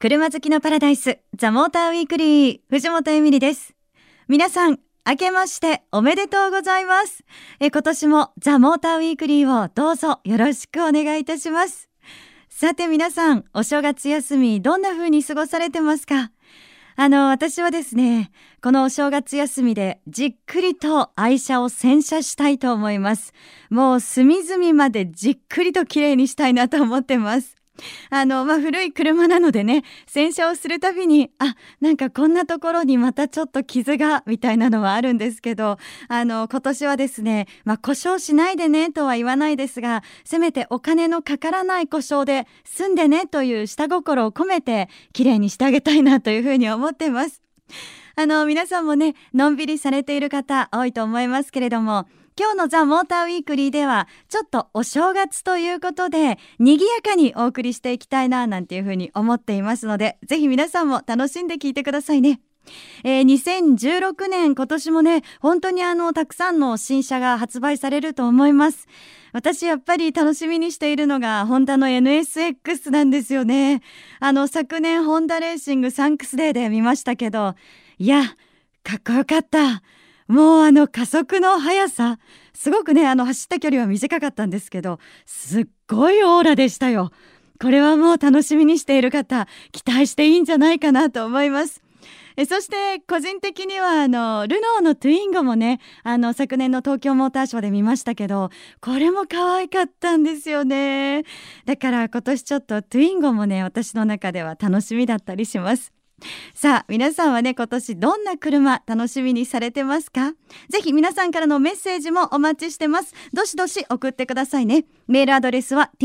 車好きのパラダイス、ザ・モーターウィークリー、藤本エミリです。皆さん、明けましておめでとうございます。今年もザ・モーターウィークリーをどうぞよろしくお願いいたします。さて皆さん、お正月休みどんな風に過ごされてますか？私はですね、このお正月休みでじっくりと愛車を洗車したいと思います。もう隅々までじっくりと綺麗にしたいなと思ってます。古い車なのでね、洗車をするたびになんかこんなところにまたちょっと傷がみたいなのはあるんですけど、今年はですね、故障しないでねとは言わないですが、せめてお金のかからない故障で済んでねという下心を込めて綺麗にしてあげたいなというふうに思ってます。皆さんもね、のんびりされている方多いと思いますけれども、今日のザ・モーターウィークリーではちょっとお正月ということで賑やかにお送りしていきたいななんていうふうに思っていますので、ぜひ皆さんも楽しんで聞いてくださいね。2016年今年もね、本当にたくさんの新車が発売されると思います。私やっぱり楽しみにしているのがホンダの NSX なんですよね。昨年ホンダレーシングサンクスデーで見ましたけど、いやかっこよかった。もう加速の速さ、すごくね、走った距離は短かったんですけど、すっごいオーラでしたよ。これはもう楽しみにしている方、期待していいんじゃないかなと思います。そして個人的にはルノーのトゥインゴもね、昨年の東京モーターショーで見ましたけど、これも可愛かったんですよね。だから今年ちょっとトゥインゴもね、私の中では楽しみだったりします。さあ皆さんはね、今年どんな車楽しみにされてますか？ぜひ皆さんからのメッセージもお待ちしてます。どしどし送ってくださいね。メールアドレスは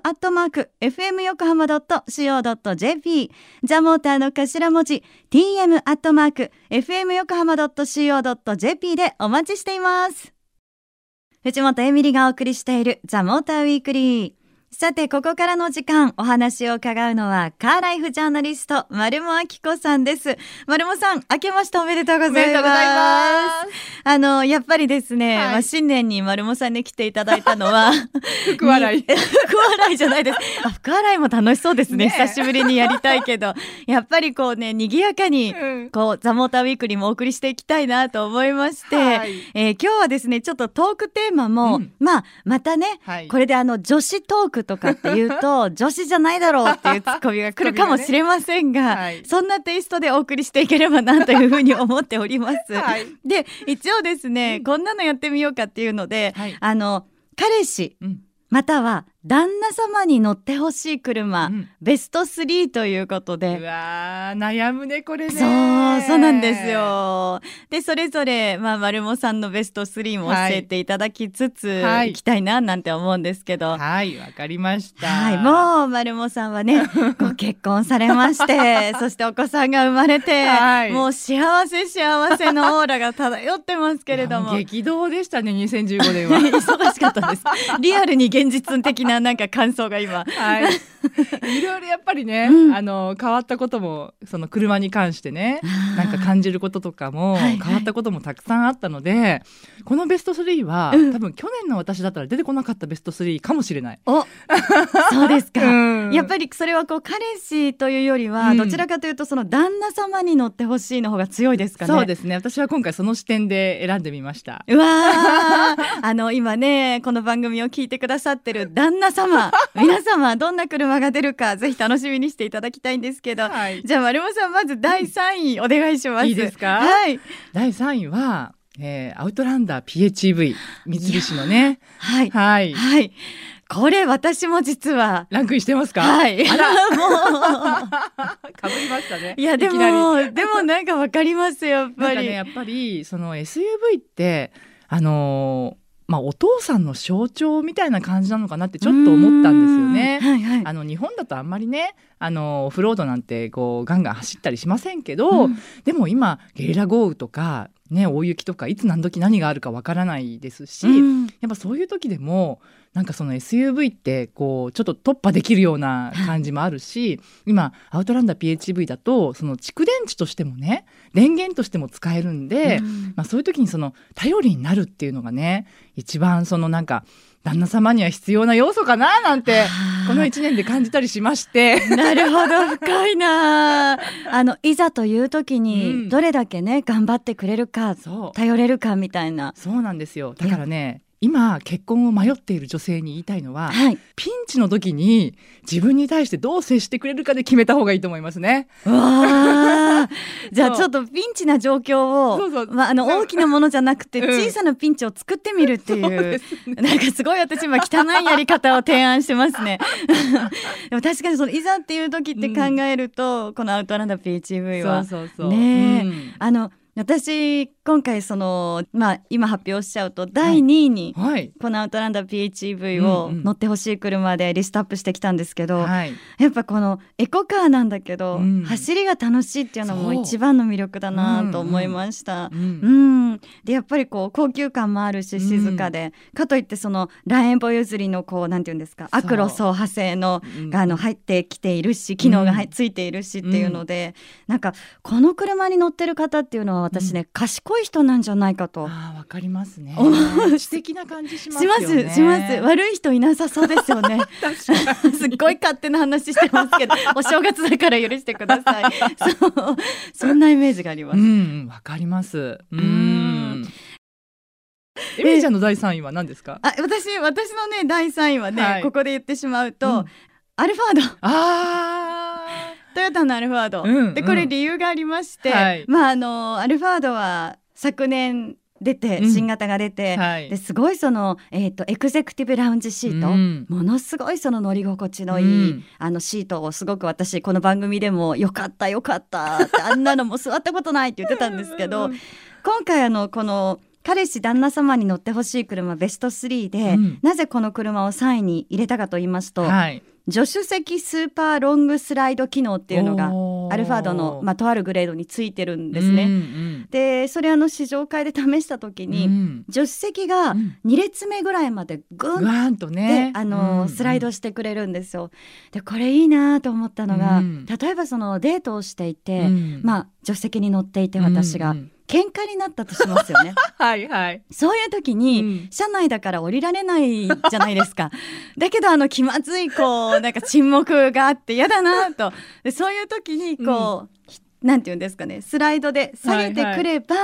tm@fmyokohama.co.jp、 ザ・モーターの頭文字 tm@fmyokohama.co.jp でお待ちしています。藤本エミリがお送りしているザ・モーターウィークリー。さてここからの時間、お話を伺うのはカーライフジャーナリスト丸茂明子さんです。丸茂さん、明けましておめでとうございます。やっぱりですね、新年に丸茂さんに来ていただいたのは福笑い福笑いじゃないです。福笑いも楽しそうですね。久しぶりにやりたいけど、やっぱりこうね、賑やかにザ・モーターウィークリーもお送りしていきたいなと思いまして、今日はですね、ちょっとトークテーマも、またね、これで女子トークとかっていうと女子じゃないだろうっていうツッコミが来るかもしれませんが、そんなテイストでお送りしていければなというふうに思っております。で、一応ですね、こんなのやってみようかっていうので、彼氏、または旦那様に乗ってほしい車、ベスト3ということで。 うわー、悩むねこれね。 そうなんですよ。でそれぞれ、丸茂さんのベスト3も教えていただきつつ、いきたいななんて思うんですけど。 わかりました。 もう丸茂さんはねご結婚されましてそしてお子さんが生まれて、もう幸せのオーラが漂ってますけれども。 激動でしたね2015年は忙しかったです。リアルに現実的ななんか感想が今、 いろいろやっぱりね、変わったこともその車に関してね、なんか感じることとかも変わったこともたくさんあったので、このベスト3は、多分去年の私だったら出てこなかったベスト3かもしれない。 そうですか。やっぱりそれはこう彼氏というよりは、どちらかというとその旦那様に乗ってほしいの方が強いですかね。 そうですね、私は今回その視点で選んでみました。 うわ今ね、この番組を聞いてくださってる旦那様皆様どんな車が出るかぜひ楽しみにしていただきたいんですけど、じゃあ丸茂さん、まず第3位お願いします。 いいですか？第3位は、アウトランダー PHEV 三菱のね。 これ私も実はランクインしてますか？ あらもうかぶりましたね。 いやでもなんかわかりますよ。 やっぱりその SUV ってお父さんの象徴みたいな感じなのかなってちょっと思ったんですよね。日本だとあんまりね、オフロードなんてこうガンガン走ったりしませんけど、でも今ゲリラ豪雨とかね、大雪とかいつ何時何があるかわからないですし、やっぱそういう時でもなんかその SUV ってこうちょっと突破できるような感じもあるし、今アウトランダー PHEV だとその蓄電池としてもね、電源としても使えるんで、そういう時にその頼りになるっていうのがね、一番そのなんか旦那様には必要な要素かななんてこの1年で感じたりしましてなるほど、深いな。いざという時にどれだけね、頑張ってくれるか、頼れるかみたいな。 そうなんですよ。だからね、今結婚を迷っている女性に言いたいのは、はい、ピンチの時に自分に対してどう接してくれるかで決めた方がいいと思いますね。 わじゃあちょっとピンチな状況を大きなものじゃなくて小さなピンチを作ってみるっていう、なんかすごい私今汚いやり方を提案してますねでも確かにそのいざっていう時って考えると、このアウトランダー PHV はね、私今回今発表しちゃうと第2位にこのアウトランダー PHEV を乗ってほしい車でリストアップしてきたんですけど、やっぱこのエコカーなんだけど、走りが楽しいっていうのも一番の魅力だなと思いました。でやっぱりこう高級感もあるし静かで、かといってそのラエンボ譲りのこうなんていうんですか、アクロ走破性のが入ってきているし、機能がついているしっていうので、なんかこの車に乗ってる方っていうのは私ね、賢い人なんじゃないかと。 わかりますね。素敵な感じしますよね。 します悪い人いなさそうですよねすっごい勝手な話してますけどお正月だから許してくださいそんなイメージがあります。 わかります。エミリちゃんの第3位は何ですか？ 私のね第3位はね、ここで言ってしまうと、アルファード。トヨタのアルファード、でこれ理由がありまして、アルファードは昨年出て、新型が出て、ですごいその、エグゼクティブラウンジシート、ものすごいその乗り心地のいい、シートをすごく私この番組でもよかったってあんなのも座ったことないって言ってたんですけど今回この彼氏旦那様に乗ってほしい車ベスト3で、なぜこの車を3位に入れたかと言いますと、助手席スーパーロングスライド機能っていうのがアルファードの、とあるグレードについてるんですね。でそれ試乗会で試した時に、助手席が2列目ぐらいまでグーンとね、スライドしてくれるんですよ。でこれいいなと思ったのが、例えばそのデートをしていて、助手席に乗っていて私が、喧嘩になったとしますよねそういう時に、車内だから降りられないじゃないですかだけど気まずいなんか沈黙があって嫌だなと。でそういう時になんていうんですかね、スライドで下げてくれば、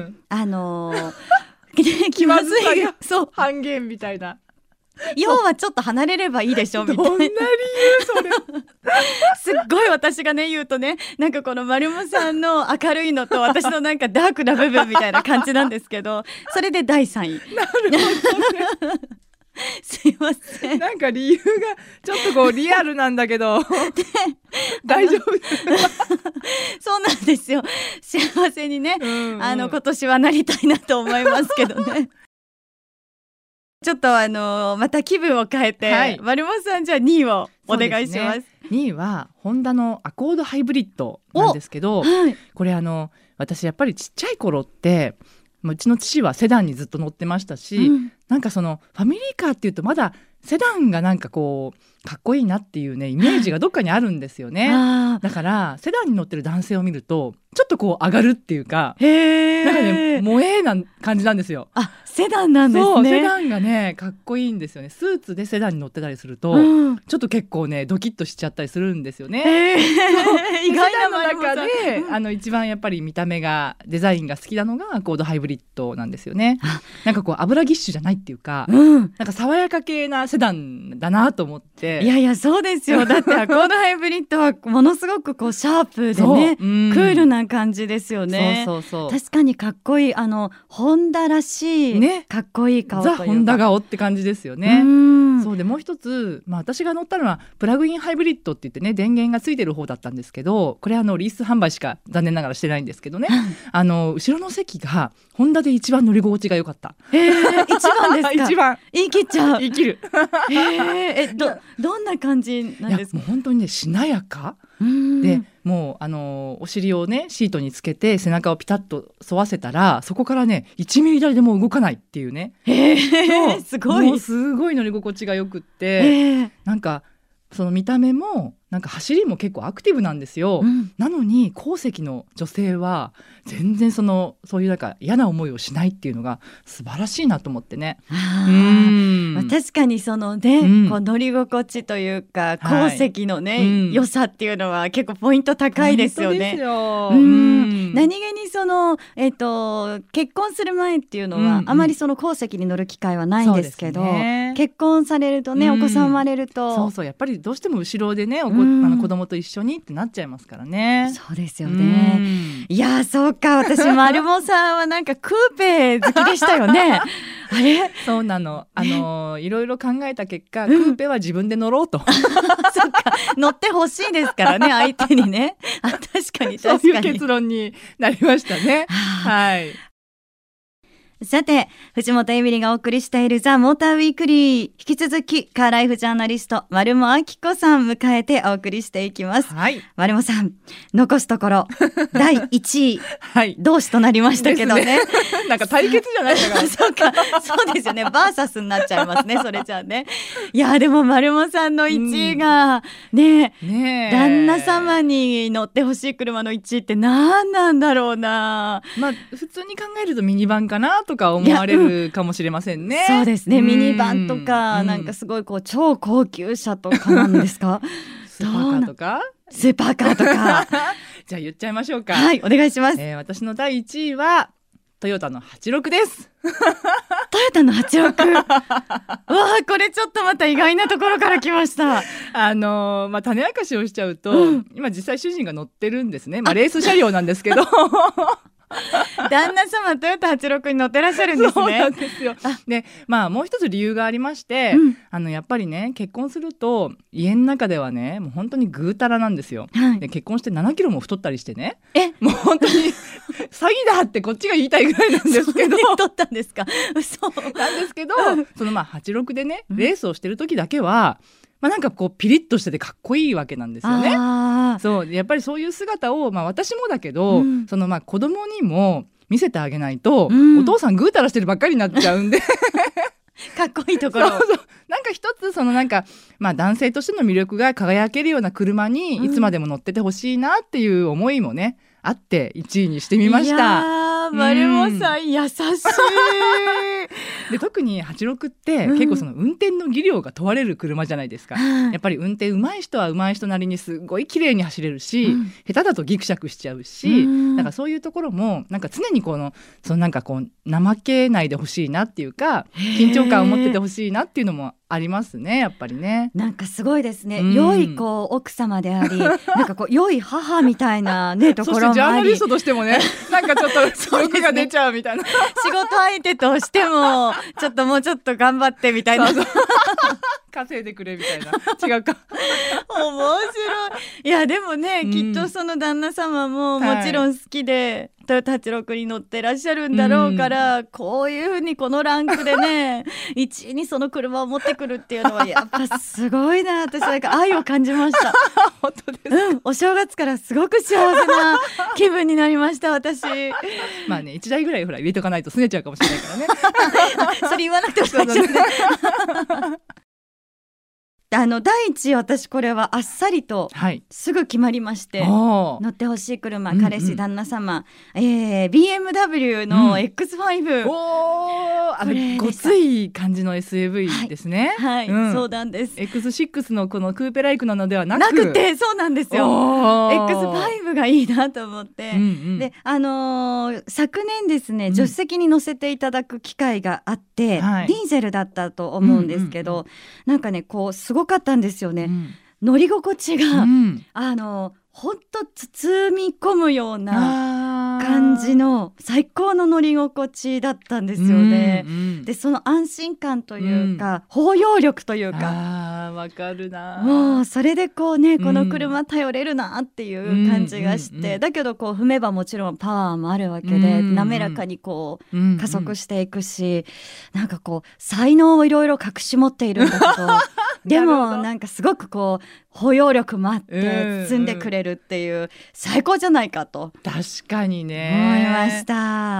気まずいが半減みたいな。 要はちょっと離れればいいでしょみたいな。 どんな理由それすっごい私がね言うとね、なんかこの丸山さんの明るいのと私のなんかダークな部分みたいな感じなんですけど、それで第3位。 なるほどねすいません、 なんか理由がちょっとこうリアルなんだけど大丈夫そうなんですよ。幸せにね、今年はなりたいなと思いますけどねちょっとまた気分を変えて、丸山さんじゃあ2位をお願いします。 2位はホンダのアコードハイブリッドなんですけど、これ私やっぱりちっちゃい頃ってうちの父はセダンにずっと乗ってましたし、なんかそのファミリーカーっていうとまだセダンがなんかこうかっこいいなっていうねイメージがどっかにあるんですよねだからセダンに乗ってる男性を見るとちょっとこう上がるっていうか、なんかね萌えな感じなんですよ。 セダンなんですね。 そう、セダンがねかっこいいんですよね。スーツでセダンに乗ってたりすると、ちょっと結構ねドキッとしちゃったりするんですよね。意外なの中で一番やっぱり見た目がデザインが好きなのがアコードハイブリッドなんですよね。なんかこう油ぎっしゅじゃないっていうか、なんか爽やか系なセダンだなと思って。 いやそうですよ。だってアコードハイブリッドはものすごくこうシャープでね、クールな感じですよね。そう確かにかっこいいホンダらしい、かっこいい顔というかザ・ホンダ顔って感じですよね。そうでもう一つ、私が乗ったのはプラグインハイブリッドって言ってね電源がついてる方だったんですけど、これリース販売しか残念ながらしてないんですけどね後ろの席がホンダで一番乗り心地が良かった。 一番ですか？ 一番言い切っちゃう。 言い切るどんな感じなんですか？ もう本当にねしなやかで、もうお尻をねシートにつけて背中をピタッと沿わせたらそこからね1ミリたりでも動かないっていうね、 すごいもうすごい乗り心地がよくって、なんかその見た目もなんか走りも結構アクティブなんですよ、なのに後席の女性は全然そういうなんか嫌な思いをしないっていうのが素晴らしいなと思ってね。 確かにそのね、こう乗り心地というか後席のね、良さっていうのは結構ポイント高いですよね。何気に結婚する前っていうのは、あまりその後席に乗る機会はないんですけど、結婚されるとね、お子さん生まれると、 やっぱりどうしても後ろでね子供と一緒にってなっちゃいますからね。 そうですよね。いやそうか、私マルモさんはなんかクーペ好きでしたよね。あれそうなの、いろいろ考えた結果、クーペは自分で乗ろうとそっか、乗ってほしいですからね、相手にね。確かにそういう結論になりましたね。はい。 さて、藤本エミリがお送りしているザ・モーターウィークリー、引き続きカーライフジャーナリスト丸茂明子さん迎えてお送りしていきます。丸茂さん、残すところ第1位、同志となりましたけどね。 なんか対決じゃないかな。 そうか、そうですよね、バーサスになっちゃいますね、それじゃあね。いやでも丸茂さんの1位がね、旦那様に乗ってほしい車の1位って何なんだろうな。 普通に考えるとミニバンかなとか思われるかもしれませんね。 そうですね、ミニバンとか、なんかすごいこう超高級車とかなんですか。 スーパーカーとかスーパーカーとかじゃあ言っちゃいましょうか。 はい、お願いします。 私の第1位はトヨタの86です。 トヨタの86わあ、これちょっとまた意外なところから来ました。 種明かしをしちゃうと、今実際主人が乗ってるんですね。レース車両なんですけど旦那様トヨタ86に乗ってらっしゃるんですね。 そうなんですよ。で、もう一つ理由がありまして、やっぱりね、結婚すると家の中ではね、もう本当にぐうたらなんですよ。で、結婚して7キロも太ったりしてね、もう本当に詐欺だってこっちが言いたいぐらいなんですけど太ったんですか。嘘なんですけど、86でねレースをしてる時だけは、なんかこうピリッとしててかっこいいわけなんですよね。そうやっぱりそういう姿を、私もだけど、子供にも見せてあげないと、お父さんぐうたらしてるばっかりになっちゃうんでかっこいいところ。 なんか一つ男性としての魅力が輝けるような車にいつまでも乗っててほしいなっていう思いもね、あって1位にしてみました。 いや丸茂さん、優しいで、特に86って結構運転の技量が問われる車じゃないですか。やっぱり運転上手い人は上手い人なりにすごい綺麗に走れるし、下手だとギクシャクしちゃうし、だからそういうところもなんか常に怠けないでほしいなっていうか、緊張感を持っててほしいなっていうのもありますね、やっぱりね。 なんかすごいですね、良い奥様であり、なんか良い母みたいなねところもあり、 そしてジャーナリストとしてもね、なんかちょっと欲が出ちゃうみたいな仕事相手としてももうちょっと頑張ってみたいな稼いでくれみたいな。違うか面白い。いやでもね、きっとその旦那様ももちろん好きで、トヨタ86に乗ってらっしゃるんだろうから、こういうふうにこのランクでね1位にその車を持ってくるっていうのはやっぱすごいな。私なんか愛を感じました本当ですか。 お正月からすごく幸せな気分になりました私。 1台ぐらい入れとかないと拗ねちゃうかもしれないからねそれ言わなくても大丈夫ね第1位、私これはあっさりとすぐ決まりまして、乗ってほしい車、彼氏旦那様、BMW の X5、 ごつい感じの SUV ですね。 そうなんです。 X6 のこのクーペライクなのではなくて、そうなんですよ。X5 がいいなと思って、で昨年ですね、助手席に乗せていただく機会があって、ディーゼルだったと思うんですけど、なんかねすごかったんですよね、乗り心地が、ほんと包み込むような感じの最高の乗り心地だったんですよね。でその安心感というか、包容力というか、 わかるな。 もうそれでこの車頼れるなっていう感じがして、だけど踏めばもちろんパワーもあるわけで、滑らかに加速していくし、なんか才能をいろいろ隠し持っているんだけどでもなんかすごく包容力もあって包んでくれるっていう、最高じゃないかと確かにね思いました。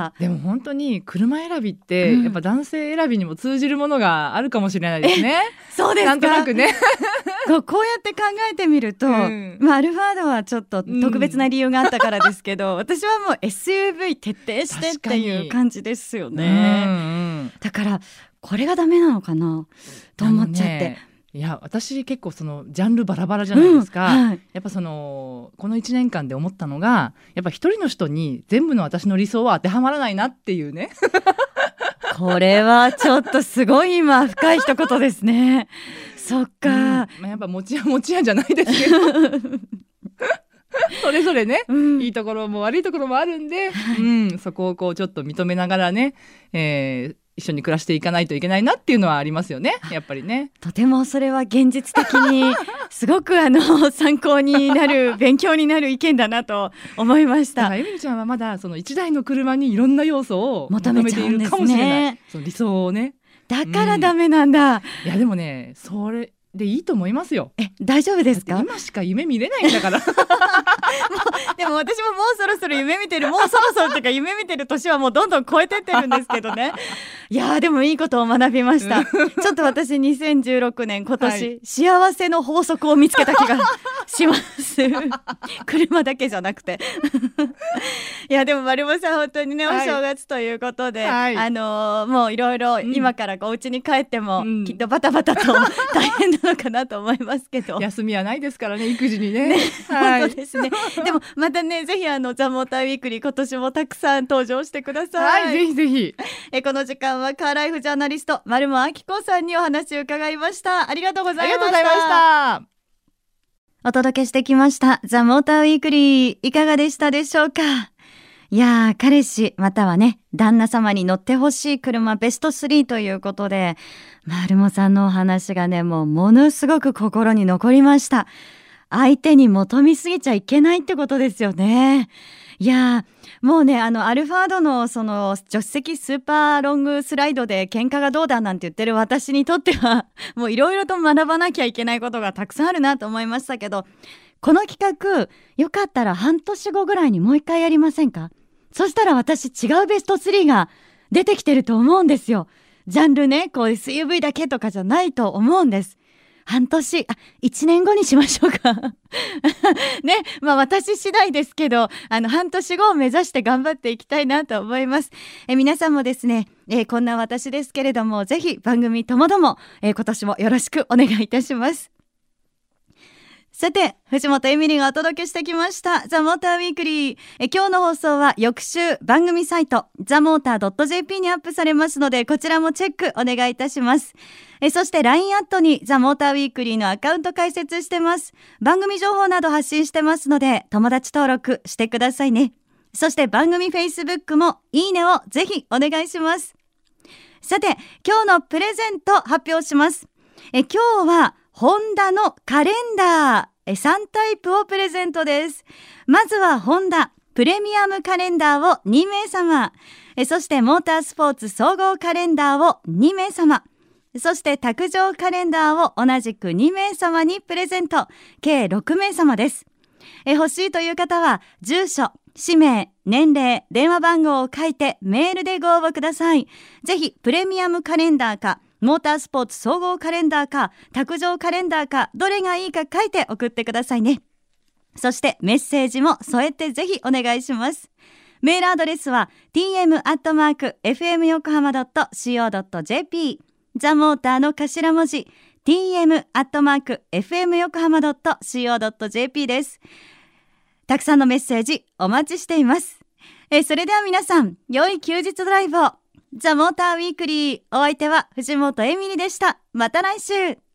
でも本当に車選びって、やっぱ男性選びにも通じるものがあるかもしれないですね。 そうですか。 なんとなくねこうやって考えてみると、アルファードはちょっと特別な理由があったからですけど、私はもう SUV 徹底してっていう感じですよね。だからこれがダメなのかなと思っちゃって、 いや私結構そのジャンルバラバラじゃないですか、やっぱこの1年間で思ったのが、やっぱ一人の人に全部の私の理想は当てはまらないなっていうねこれはちょっとすごい今深い一言ですね。そっか、 やっぱ持ち屋じゃないですけどそれぞれね、いいところも悪いところもあるんで、そこをこうちょっと認めながらね、一緒に暮らしていかないといけないなっていうのはありますよね、やっぱりね。 とてもそれは現実的にすごく参考になる勉強になる意見だなと思いました。 だからエミリちゃんはまだその1台の車にいろんな要素を求めているかもしれない、その理想をね。 だからダメなんだ、 いやでもねそれでいいと思いますよ。 大丈夫ですか？ 今しか夢見れないんだからでも私ももうそろそろ夢見てる、もうそろそろっていうか夢見てる年はもうどんどん超えてってるんですけどねいやでもいいことを学びましたちょっと私2016年今年、幸せの法則を見つけた気がします車だけじゃなくていやでも丸本さん本当にね、お正月ということで、もういろいろ今からお家に帰っても、きっとバタバタと大変なのかなと思いますけど休みはないですからね、育児にね本当ですねでもまたね、ぜひザ・モーターウィークリー今年もたくさん登場してください。 ぜひぜひこの時間はカーライフジャーナリスト丸本明子さんにお話を伺いました。ありがとうございました。お届けしてきましたザ・モーターウィークリー、いかがでしたでしょうか？いやー、彼氏またはね旦那様に乗ってほしい車ベスト3ということで、丸本さんのお話がねものすごく心に残りました。相手に求めすぎちゃいけないってことですよね。いやもうねアルファードのその助手席スーパーロングスライドで喧嘩がどうだなんて言ってる私にとってはもういろいろと学ばなきゃいけないことがたくさんあるなと思いましたけど、この企画よかったら半年後ぐらいにもう一回やりませんか？そしたら私違うベスト3が出てきてると思うんですよ。ジャンルねSUV だけとかじゃないと思うんです。半年1年後にしましょうかね、私次第ですけど半年後を目指して頑張っていきたいなと思います。皆さんもですね、こんな私ですけれどもぜひ番組ともども、今年もよろしくお願いいたします。さて、藤本エミリがお届けしてきましたザ・モーターウィークリー。今日の放送は翌週番組サイトザ・モーター .jp にアップされますので、こちらもチェックお願いいたします。そして LINE アットにザ・モーターウィークリーのアカウント開設してます。番組情報など発信してますので友達登録してくださいね。そして番組 Facebook もいいねをぜひお願いします。さて、今日のプレゼント発表します。今日はホンダのカレンダー3タイプをプレゼントです。まずはホンダプレミアムカレンダーを2名様、そしてモータースポーツ総合カレンダーを2名様、そして卓上カレンダーを同じく2名様にプレゼント、計6名様です。欲しいという方は住所、氏名、年齢、電話番号を書いてメールでご応募ください。ぜひプレミアムカレンダーかモータースポーツ総合カレンダーか卓上カレンダーかどれがいいか書いて送ってくださいね。そしてメッセージも添えてぜひお願いします。メールアドレスは tm@fmyokohama.co.jp、 ザ・モーターの頭文字 tm@fmyokohama.co.jp です。たくさんのメッセージお待ちしています。それでは皆さん、良い休日ドライブを。ザ・モーターウィークリー、お相手は藤本エミリでした。また来週。